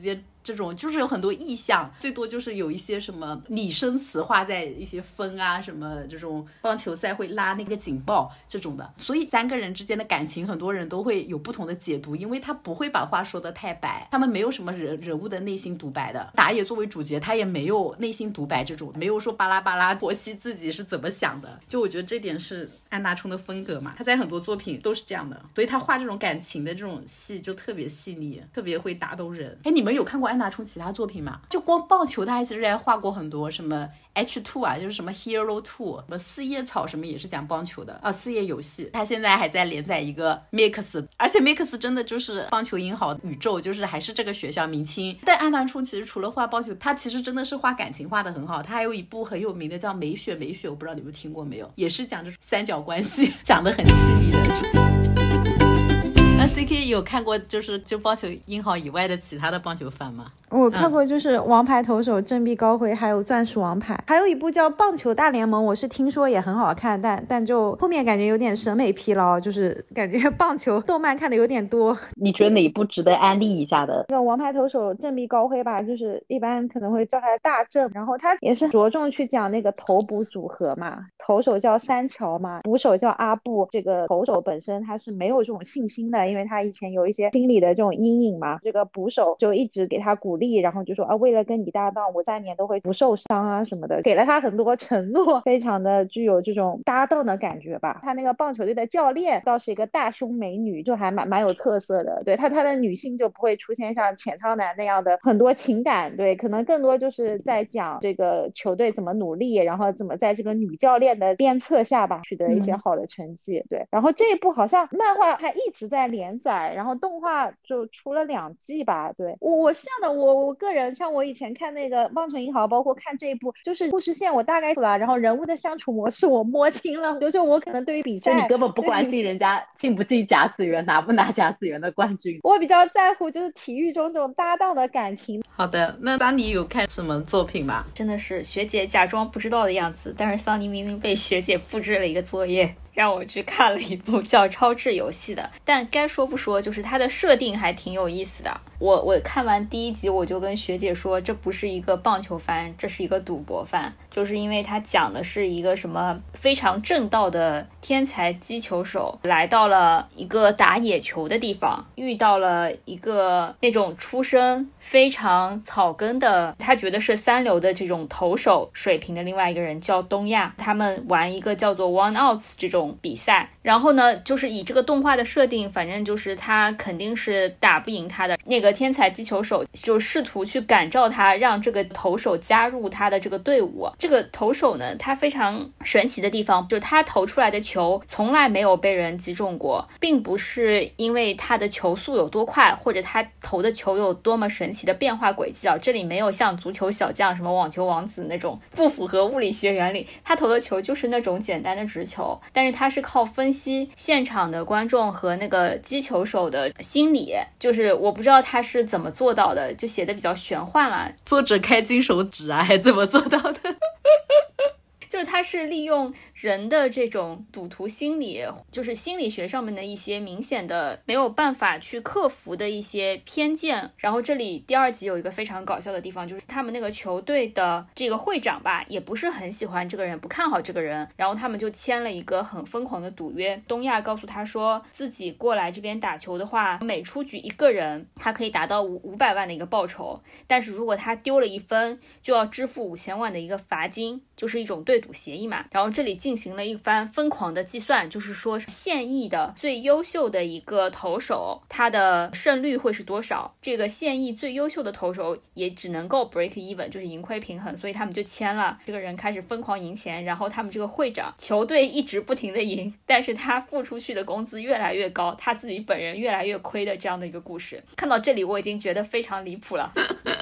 这种就是有很多意象，最多就是有一些什么拟声词画在一些风啊什么这种棒球赛会拉那个警报这种的，所以三个人之间的感情很多人都会有不同的解读，因为他不会把话说得太白，他们没有什么人物的内心独白的，打野作为主角他也没有内心独白这种，没有说巴拉巴拉剖析自己是怎么想的，就我觉得这点是安达充的风格嘛，他在很多作品都是这样的，所以他画这种感情的这种戏就特别细腻，特别会打动人。哎，你们有看过安达充其他作品吗？就光棒球他其实还画过很多，什么 H2 啊，就是什么 Hero 2，什么四叶草什么也是讲棒球的啊，四叶游戏，他现在还在连载一个 Mix， 而且 Mix 真的就是棒球英豪宇宙，就是还是这个学校明星。但安达充其实除了画棒球，他其实真的是画感情画的很好，他还有一部很有名的叫美雪，我不知道你们听过没有，也是讲这种三角关系，讲得很细腻的。那 CK 有看过就棒球英豪以外的其他的棒球番吗？ 我看过就是王牌投手振臂高挥，还有钻石王牌，还有一部叫棒球大联盟，我是听说也很好看，但就后面感觉有点审美疲劳，就是感觉棒球动漫看的有点多。 你觉得哪一部值得安利一下的？那个王牌投手振臂高挥吧，就是一般可能会叫他大正，然后他也是着重去讲那个投捕组合嘛，投手叫三桥嘛，捕手叫阿布，这个投手本身他是没有这种信心的，因为他以前有一些心理的这种阴影嘛，这个捕手就一直给他鼓励，然后就说啊，为了跟你搭档，我3年都会不受伤啊什么的，给了他很多承诺，非常的具有这种搭档的感觉吧。他那个棒球队的教练倒是一个大胸美女，就还蛮有特色的。对，他的女性就不会出现像浅仓男那样的很多情感，对，可能更多就是在讲这个球队怎么努力，然后怎么在这个女教练的鞭策下吧取得一些好的成绩。对，然后这一部好像漫画还一直在连载，然后动画就出了2季吧。对，我是这样的，我个人像我以前看那个棒球英豪，包括看这一部，就是故事线我大概了，然后人物的相处模式我摸清了，就我可能对于比赛， 就你根本不关心人家进不进甲子园，拿不拿甲子园的冠军， 我比较在乎就是体育中这种搭档的感情。 好的，那桑尼有看什么作品吗？ 真的是学姐假装不知道的样子，但是桑尼明明被学姐布置了一个作业，让我去看了一部叫《超智游戏》的，但该说不说，就是它的设定还挺有意思的。我看完第1集，我就跟学姐说，这不是一个棒球番，这是一个赌博番，就是因为它讲的是一个什么非常正道的天才击球手来到了一个打野球的地方，遇到了一个那种出身非常草根的，他觉得是3流的这种投手水平的另外一个人叫东亚，他们玩一个叫做 One Outs 这种比赛，然后呢就是以这个动画的设定，反正就是他肯定是打不赢他的，那个天才击球手就试图去感召他，让这个投手加入他的这个队伍。这个投手呢，他非常神奇的地方就是他投出来的球从来没有被人击中过，并不是因为他的球速有多快，或者他投的球有多么神奇的变化轨迹啊，这里没有像足球小将什么网球王子那种不符合物理学原理，他投的球就是那种简单的直球，但是他是靠分析现场的观众和那个击球手的心理，就是我不知道他是怎么做到的，就写的比较玄幻了。 作者开金手指啊，还怎么做到的？ 就是他是利用人的这种赌徒心理，就是心理学上面的一些明显的没有办法去克服的一些偏见。然后这里第2集有一个非常搞笑的地方，就是他们那个球队的这个会长吧，也不是很喜欢这个人，不看好这个人，然后他们就签了一个很疯狂的赌约。东亚告诉他说，自己过来这边打球的话，每出局1个人他可以达到500万的一个报酬，但是如果他丢了1分就要支付5000万的一个罚金，就是一种对赌协议嘛。然后这里进行了一番疯狂的计算，就是说现役的最优秀的一个投手他的胜率会是多少，这个现役最优秀的投手也只能够 break even， 就是盈亏平衡，所以他们就签了。这个人开始疯狂赢钱，然后他们这个会长球队一直不停的赢，但是他付出去的工资越来越高，他自己本人越来越亏的这样的一个故事。看到这里我已经觉得非常离谱了。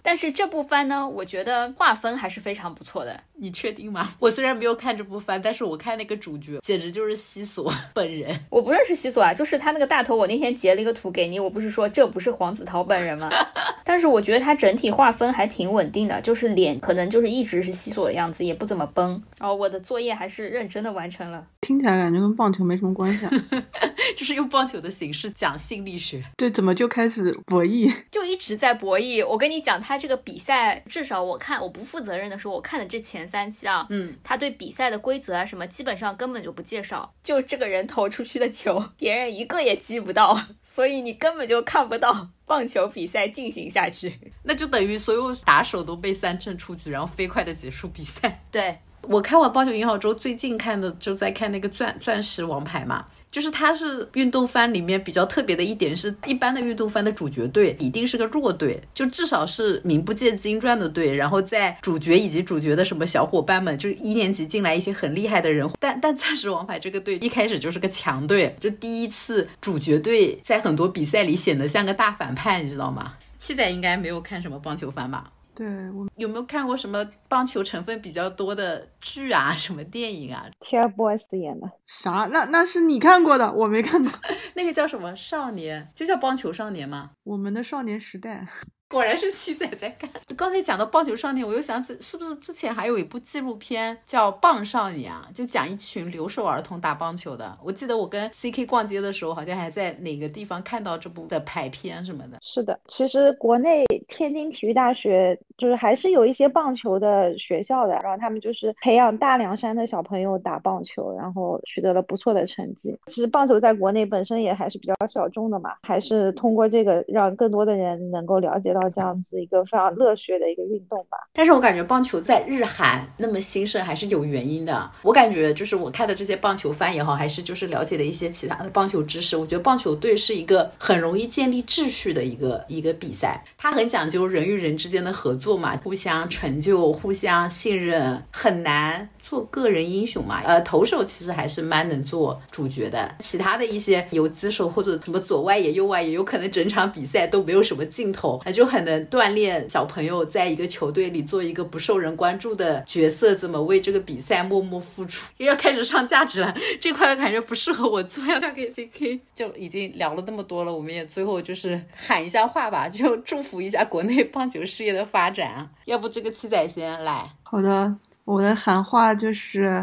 但是这部番呢，我觉得划分还是非常不错的。 你确定吗？我虽然没有看这部番，但是我看那个主角简直就是西索本人。 我不认识西索啊，就是他那个大头，我那天截了一个图给你，我不是说这不是黄子韬本人吗？但是我觉得他整体划分还挺稳定的，就是脸可能就是一直是西索的样子，也不怎么崩。然后我的作业还是认真的完成了。 听起来感觉跟棒球没什么关系啊。 就是用棒球的形式讲心理学。 对，怎么就开始博弈？ 就一直在博弈。我跟你讲，他这个比赛，至少我看，我不负责任的说，我看的这前3期啊，他对比赛的规则啊什么，基本上根本就不介绍，就这个人投出去的球，别人一个也击不到，所以你根本就看不到棒球比赛进行下去。 那就等于所有打手都被3振出局，然后飞快的结束比赛。 对， 我看完棒球银行之后，最近看的就在看那个钻石王牌嘛。就是它是运动番里面比较特别的一点是，一般的运动番的主角队一定是个弱队，就至少是名不见经传的队，然后在主角以及主角的什么小伙伴们，就1年级进来一些很厉害的人，但钻石王牌这个队一开始就是个强队，就第一次主角队在很多比赛里显得像个大反派，你知道吗？七仔应该没有看什么棒球番吧？ 对，我有没有看过什么棒球成分比较多的剧啊，什么电影啊？ TFBOYS 演的啥？那是你看过的，我没看过。 那个叫什么少年，就叫棒球少年吗？ 我们的少年时代。 果然是七仔在看。刚才讲到棒球少年，我又想起是不是之前还有一部纪录片叫《棒少年》啊，就讲一群留守儿童打棒球的。我记得我跟 CK 逛街的时候，好像还在哪个地方看到这部的排片什么的。 是的，其实国内天津体育大学就是还是有一些棒球的学校的，然后他们就是培养大凉山的小朋友打棒球，然后取得了不错的成绩。其实棒球在国内本身也还是比较小众的嘛，还是通过这个让更多的人能够了解到这样子一个非常热血的一个运动吧。 但是我感觉棒球在日韩那么兴盛还是有原因的。我感觉就是我看的这些棒球番也好，还是就是了解的一些其他的棒球知识，我觉得棒球队是一个很容易建立秩序的一个比赛，它很讲究人与人之间的合作嘛，互相成就，互相信任，很难做个人英雄嘛。投手其实还是蛮能做主角的，其他的一些游击手或者什么左外野右外野，有可能整场比赛都没有什么镜头，就很能锻炼小朋友在一个球队里做一个不受人关注的角色，怎么为这个比赛默默付出。又要开始上价值了，这块感觉不适合我做，要打给 CK。 就已经聊了那么多了，我们也最后就是喊一下话吧，就祝福一下国内棒球事业的发展啊。要不这个七仔先来。 好的，我的喊话就是，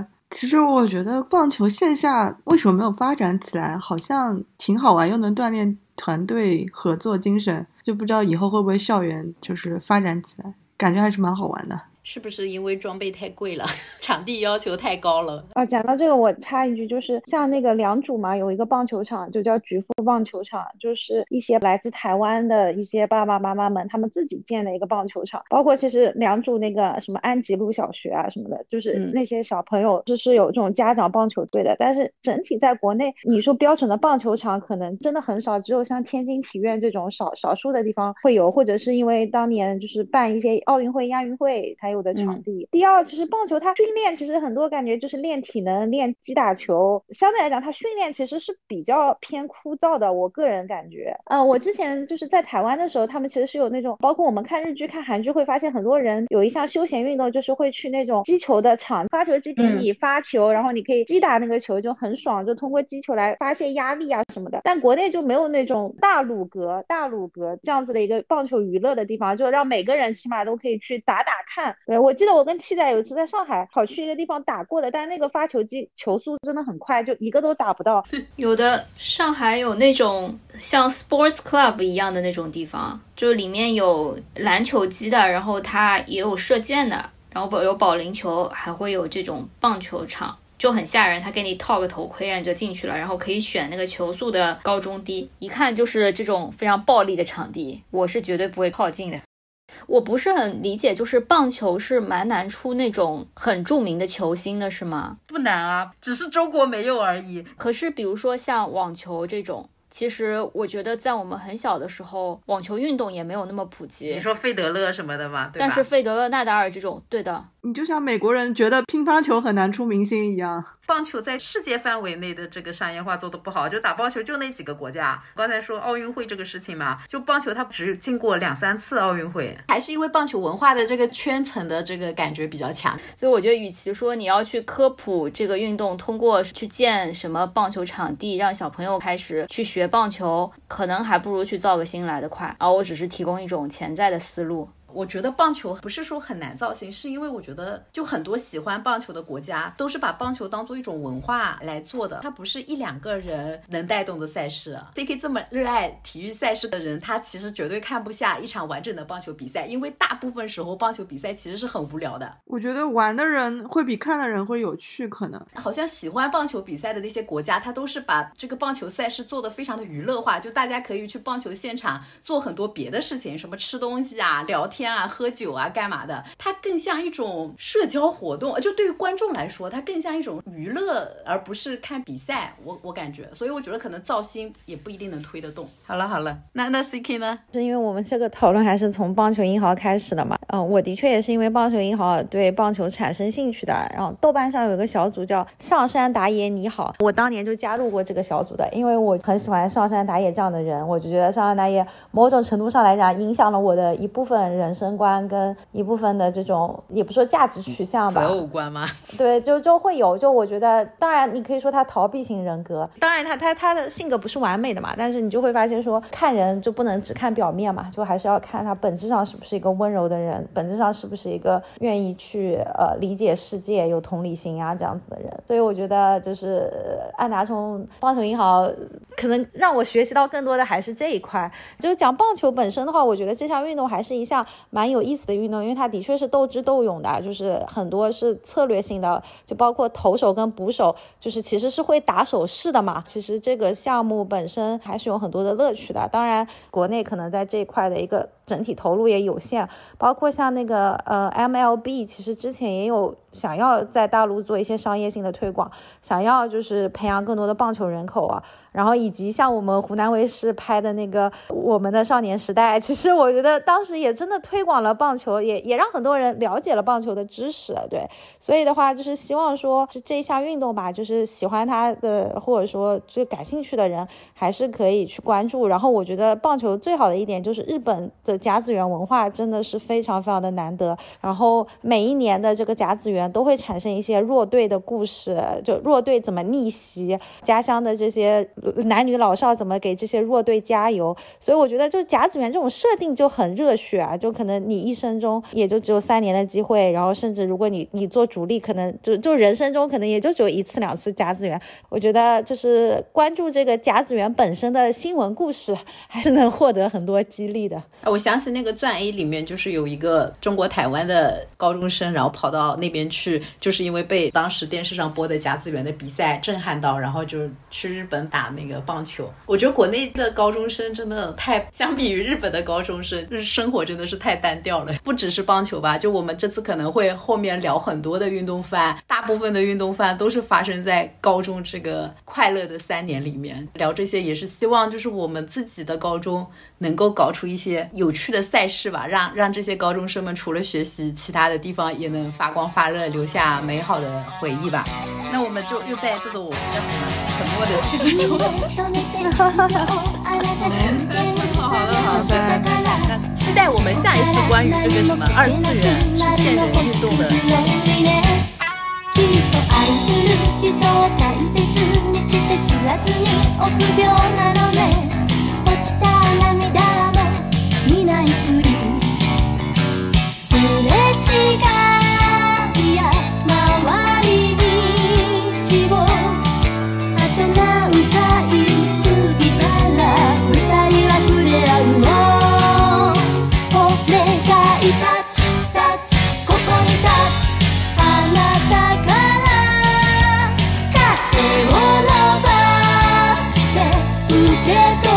其实我觉得棒球线下为什么没有发展起来，好像挺好玩，又能锻炼团队合作精神，就不知道以后会不会校园就是发展起来，感觉还是蛮好玩的。 是不是因为装备太贵了，场地要求太高了？ 讲到这个我插一句，就是像那个良渚嘛，有一个棒球场就叫菊富棒球场，就是一些来自台湾的一些爸爸妈妈们他们自己建的一个棒球场。包括其实良渚那个什么安吉路小学啊什么的，就是那些小朋友就是有这种家长棒球队的。但是整体在国内你说标准的棒球场可能真的很少，只有像天津体院这种少数的地方会有，或者是因为当年就是办一些奥运会亚运会才有的场地。第二，其实棒球它训练其实很多感觉就是练体能练击打球，相对来讲它训练其实是比较偏枯燥的，我个人感觉。我之前就是在台湾的时候，他们其实是有那种，包括我们看日剧看韩剧会发现很多人有一项休闲运动，就是会去那种击球的场，发球机给你发球，然后你可以击打那个球，就很爽，就通过击球来发泄压力啊什么的。但国内就没有那种大鲁阁这样子的一个棒球娱乐的地方，就让每个人起码都可以去打看。对，我记得我跟七仔有一次在上海跑去一个地方打过的，但那个发球机球速真的很快，就一个都打不到。 有的上海有那种像 sports club 一样的那种地方，就里面有篮球机的，然后它也有射箭的，然后有保龄球，还会有这种棒球场，就很吓人。他给你套个头盔，然后你就进去了，然后可以选那个球速的高中低，一看就是这种非常暴力的场地，我是绝对不会靠近的。我不是很理解，就是棒球是蛮难出那种很著名的球星的是吗？ 不难啊，只是中国没有而已。 可是比如说像网球这种，其实我觉得在我们很小的时候，网球运动也没有那么普及。 你说费德勒什么的吗？对吧？ 但是费德勒、纳达尔这种，对的， 你就像美国人觉得乒乓球很难出明星一样。 棒球在世界范围内的这个商业化做得不好，就打棒球就那几个国家。刚才说奥运会这个事情嘛，就棒球它只进过2-3次奥运会，还是因为棒球文化的这个圈层的这个感觉比较强。 所以我觉得与其说你要去科普这个运动，通过去建什么棒球场地让小朋友开始去学棒球，可能还不如去造个星来得快。而我只是提供一种潜在的思路。 我觉得棒球不是说很难造型，是因为我觉得就很多喜欢棒球的国家都是把棒球当做一种文化来做的，它不是1-2个人能带动的赛事。CK 这么热爱体育赛事的人，他其实绝对看不下一场完整的棒球比赛，因为大部分时候棒球比赛其实是很无聊的。 我觉得玩的人会比看的人会有趣，可能好像喜欢棒球比赛的那些国家，他都是把这个棒球赛事做得非常的娱乐化，就大家可以去棒球现场做很多别的事情，什么吃东西啊、聊天啊、喝酒啊干嘛的，它更像一种社交活动，就对于观众来说它更像一种娱乐，而不是看比赛。我感觉，所以我觉得可能造星也不一定能推得动。好了，那 CK 呢？ 是因为我们这个讨论还是从棒球英豪开始的嘛。我的确也是因为棒球英豪对棒球产生兴趣的，然后豆瓣上有一个小组叫上山打野你好，我当年就加入过这个小组的，因为我很喜欢上山打野这样的人，我就觉得上山打野某种程度上来讲影响了我的一部分人生观跟一部分的这种也不说价值取向吧， 择偶观吗？ 对，就会有，就我觉得当然你可以说他逃避型人格，当然他的性格不是完美的嘛，但是你就会发现说看人就不能只看表面嘛，就还是要看他本质上是不是一个温柔的人，本质上是不是一个愿意去理解世界有同理心啊这样子的人。所以我觉得就是安达充棒球英豪可能让我学习到更多的还是这一块。就是讲棒球本身的话，我觉得这项运动还是一项蛮有意思的运动，因为它的确是斗智斗勇的，就是很多是策略性的，就包括投手跟捕手就是其实是会打手势的嘛。其实这个项目本身还是有很多的乐趣的，当然国内可能在这一块的一个整体投入也有限，包括像那个MLB 其实之前也有想要在大陆做一些商业性的推广，想要就是培养更多的棒球人口啊，然后以及像我们湖南卫视拍的那个我们的少年时代，其实我觉得当时也真的推广了棒球，也让很多人了解了棒球的知识。对，所以的话就是希望说这一项运动吧，就是喜欢它的或者说这感兴趣的人还是可以去关注。然后我觉得棒球最好的一点就是日本的甲子园文化真的是非常非常的难得，然后每一年的这个甲子园都会产生一些弱队的故事，就弱队怎么逆袭，家乡的这些男女老少怎么给这些弱队加油。所以我觉得就甲子园这种设定就很热血啊，就可能你一生中也就只有3年的机会，然后甚至如果你做主力可能就人生中可能也就只有1次2次甲子园。我觉得就是关注这个甲子园本身的新闻故事还是能获得很多激励的。 我想起那个钻 A 里面就是有一个中国台湾的高中生，然后跑到那边去，就是因为被当时电视上播的甲子园的比赛震撼到，然后就去日本打那个棒球。我觉得国内的高中生真的太相比于日本的高中生，就是生活真的是太单调了。不只是棒球吧，就我们这次可能会后面聊很多的运动番，大部分的运动番都是发生在高中这个快乐的3年里面。聊这些也是希望就是我们自己的高中能够搞出一些有趣的赛事吧，让这些高中生们除了学习其他的地方也能发光发热，留下美好的回忆吧。那我们就又在这种我们叫什么沉默的气氛中好的，那期待我们下一次关于这个什么2次元制片人运动的きっと愛する人を大切にして知らずに臆病なのね落ちた涙も見ないふりすれ違いや回り道をあと何回過ぎたら二人は触れ合うの俺がいたちここに立つあなたから手を伸ばして受け止め